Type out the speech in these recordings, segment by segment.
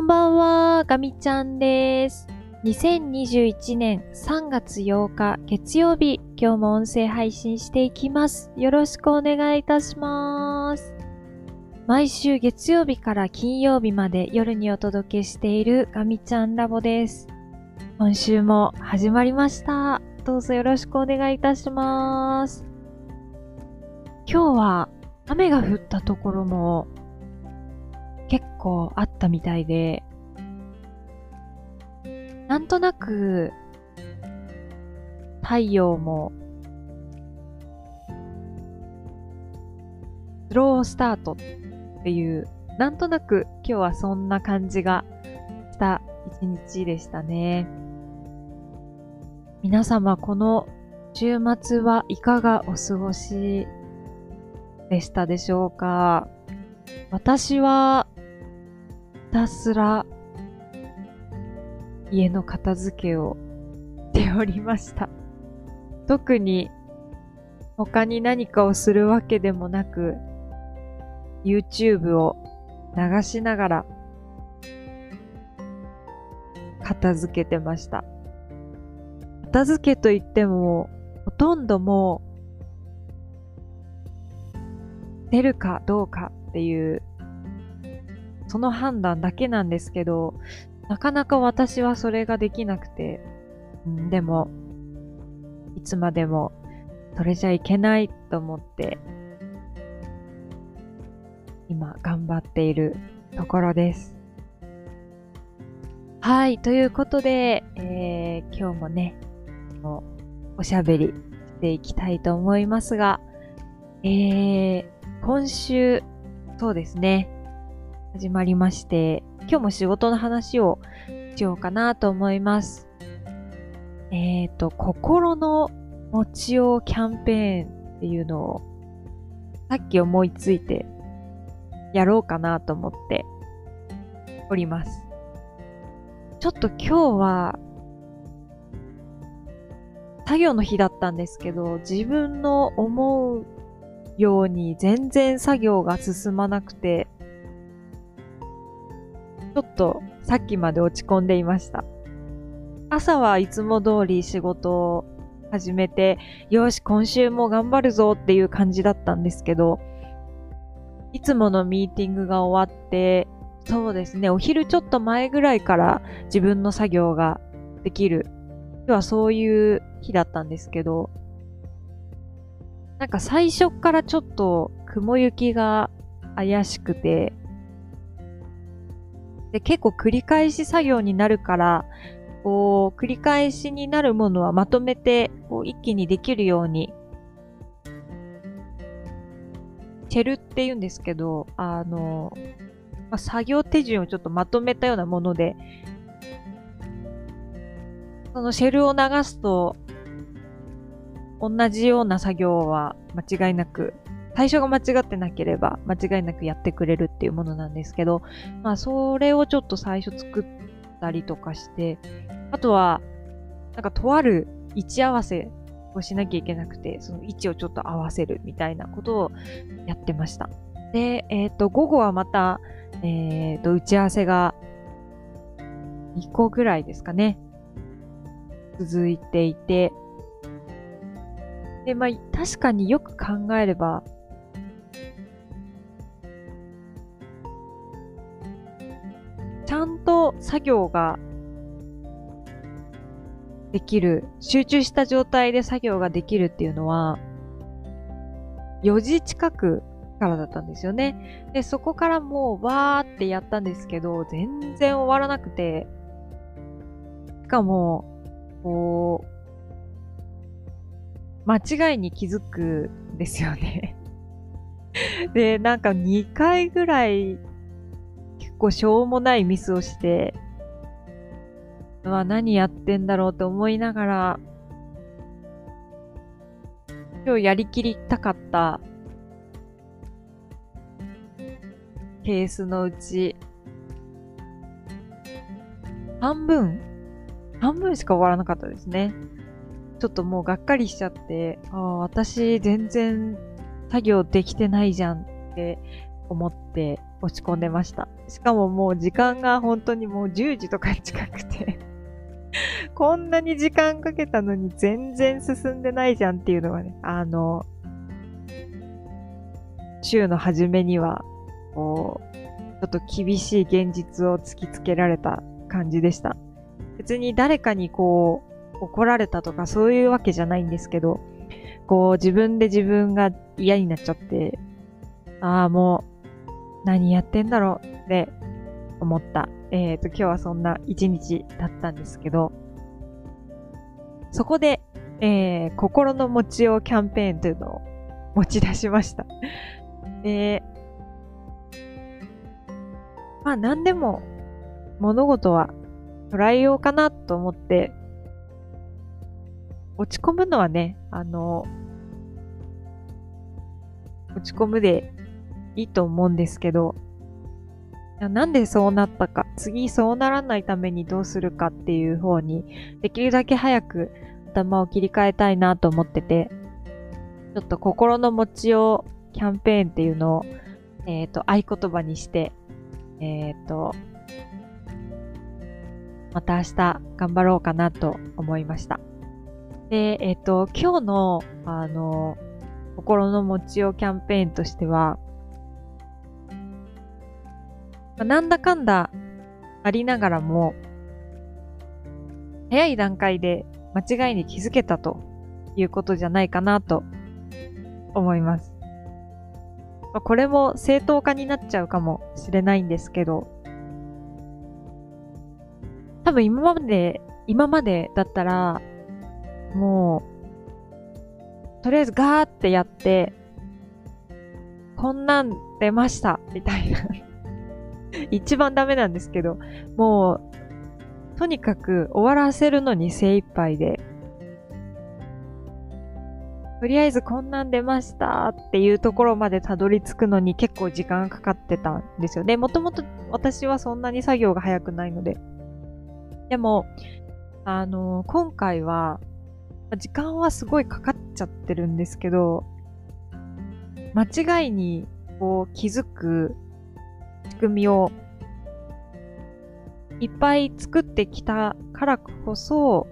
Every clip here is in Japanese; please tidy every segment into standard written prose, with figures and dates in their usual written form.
こんばんは、ガミちゃんです。2021年3月8日月曜日、今日も音声配信していきます。よろしくお願いいたします。毎週月曜日から金曜日まで夜にお届けしているガミちゃんラボです。今週も始まりました。どうぞよろしくお願いいたします。今日は雨が降ったところも結構あったみたいで、なんとなく太陽もスロースタートっていう、なんとなく今日はそんな感じがした一日でしたね。皆様この週末はいかがお過ごしでしたでしょうか？私はひたすら家の片付けをしておりました。特に他に何かをするわけでもなく、YouTube を流しながら片付けてました。片付けといっても、ほとんどもう出るかどうかっていうその判断だけなんですけど、なかなか私はそれができなくて、でもいつまでもそれじゃいけないと思って今頑張っているところです。はい、ということで、今日もねおしゃべりしていきたいと思いますが、今週そうですね、始まりまして、今日も仕事の話をしようかなと思います。心の持ちようキャンペーンっていうのをさっき思いついてやろうかなと思っております。ちょっと今日は作業の日だったんですけど、自分の思うように全然作業が進まなくて、ちょっとさっきまで落ち込んでいました。朝はいつも通り仕事を始めて、よし今週も頑張るぞっていう感じだったんですけど、いつものミーティングが終わって、そうですね、お昼ちょっと前ぐらいから自分の作業ができる。今日はそういう日だったんですけど、なんか最初からちょっと雲行きが怪しくて、で、結構繰り返し作業になるから、繰り返しになるものはまとめて、一気にできるように、チェルって言うんですけど、作業手順をちょっとまとめたようなもので、そのシェルを流すと、同じような作業は間違いなく、最初が間違ってなければ間違いなくやってくれるっていうものなんですけど、それをちょっと最初作ったりとかして、あとは、なんかとある位置合わせをしなきゃいけなくて、その位置をちょっと合わせるみたいなことをやってました。で、午後はまた、打ち合わせが2個ぐらいですかね、続いていて、で、確かによく考えれば、ちゃんと作業ができる、集中した状態で作業ができるっていうのは、4時近くからだったんですよね。で、そこからもうわーってやったんですけど、全然終わらなくて、しかも、間違いに気づくんですよね。で、なんか2回ぐらい結構しょうもないミスをして、何やってんだろうと思いながら、今日やりきりたかったケースのうち、半分しか終わらなかったですね。ちょっともうがっかりしちゃって、私全然作業できてないじゃんって思って、 落ち込んでました。しかももう時間が本当にもう10時とか近くてこんなに時間かけたのに全然進んでないじゃんっていうのがね、週の初めには、こう、ちょっと厳しい現実を突きつけられた感じでした。別に誰かにこう、怒られたとかそういうわけじゃないんですけど、こう、自分で自分が嫌になっちゃって、ああ、もう、何やってんだろうって思った。今日はそんな一日だったんですけど、そこで、心の持ちようキャンペーンというのを持ち出しました。まあ何でも物事は捉えようかなと思って、落ち込むのはね、落ち込むでいいと思うんですけど、なんでそうなったか、次そうならないためにどうするかっていう方に、できるだけ早く頭を切り替えたいなと思ってて、ちょっと心の持ちようキャンペーンっていうのを、合言葉にして、また明日頑張ろうかなと思いました。で、今日の、心の持ちようキャンペーンとしては、なんだかんだありながらも、早い段階で間違いに気づけたということじゃないかなと思います。これも正当化になっちゃうかもしれないんですけど、多分今までだったら、もう、とりあえずガーってやって、こんなん出ました、みたいな。一番ダメなんですけど、もう、とにかく終わらせるのに精一杯で、とりあえずこんなん出ましたっていうところまでたどり着くのに結構時間がかかってたんですよね。もともと私はそんなに作業が早くないので。でも、今回は、時間はすごいかかっちゃってるんですけど、間違いにこう気づく仕組みをいっぱい作ってきたからこそ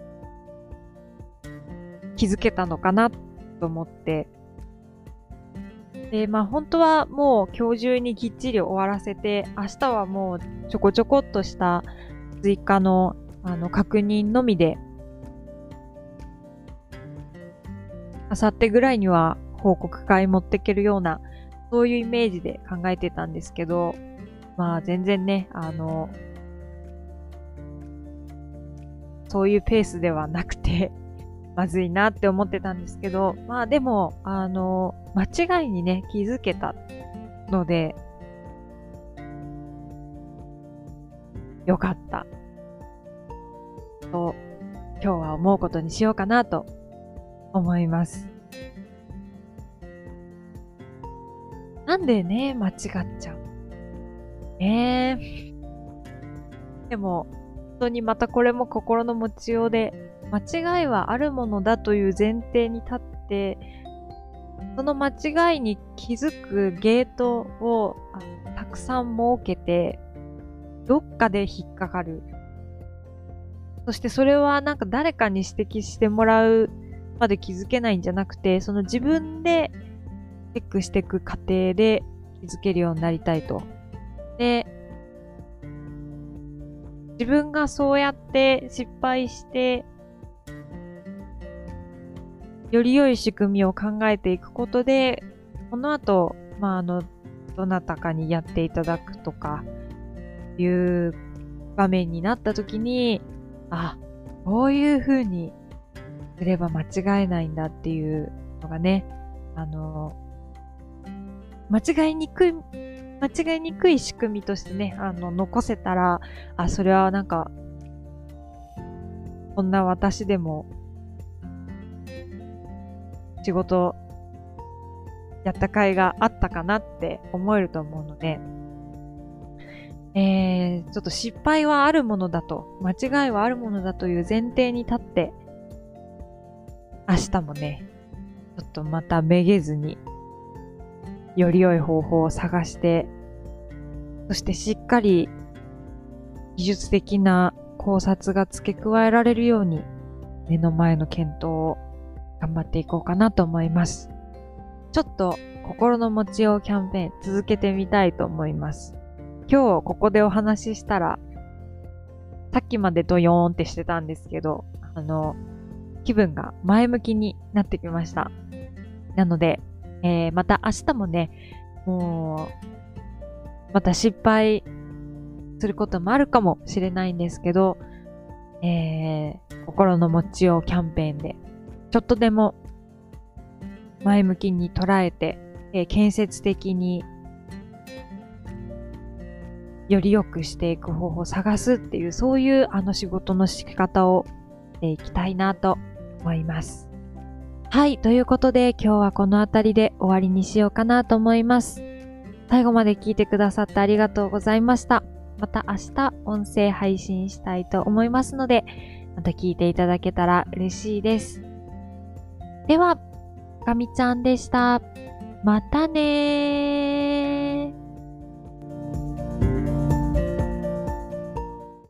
気づけたのかなと思って。で、まあ本当はもう今日中にきっちり終わらせて、明日はもうちょこちょこっとした追加の確認のみで、明後日ぐらいには報告会持ってけるような、そういうイメージで考えてたんですけど、まあ全然ね、そういうペースではなくて、まずいなって思ってたんですけど、まあでも、間違いにね、気づけたので、よかった。と、今日は思うことにしようかなと思います。なんでね、間違っちゃう。でも、本当にまたこれも心の持ちようで、間違いはあるものだという前提に立って、その間違いに気づくゲートをたくさん設けて、どっかで引っかかる。そしてそれはなんか誰かに指摘してもらうまで気づけないんじゃなくて、その自分でチェックしていく過程で気づけるようになりたいと。で、自分がそうやって失敗して、より良い仕組みを考えていくことで、この後、どなたかにやっていただくとか、いう場面になった時に、こういう風にすれば間違えないんだっていうのがね、間違いにくい仕組みとしてね、残せたら、それはなんか、こんな私でも、仕事、やった甲斐があったかなって思えると思うので、ちょっと失敗はあるものだと、間違いはあるものだという前提に立って、明日もね、ちょっとまためげずに、より良い方法を探してそしてしっかり技術的な考察が付け加えられるように目の前の検討を頑張っていこうかなと思います。ちょっと心の持ちようキャンペーン続けてみたいと思います。今日ここでお話ししたら、さっきまでドヨーンってしてたんですけど、気分が前向きになってきました。なので、また明日もね、もう、また失敗することもあるかもしれないんですけど、心の持ちようキャンペーンで、ちょっとでも前向きに捉えて、建設的により良くしていく方法を探すっていう、そういう仕事の仕方をしていきたいなと思います。はい、ということで今日はこのあたりで終わりにしようかなと思います。最後まで聞いてくださってありがとうございました。また明日音声配信したいと思いますので、また聞いていただけたら嬉しいです。では、かみちゃんでした。またねー。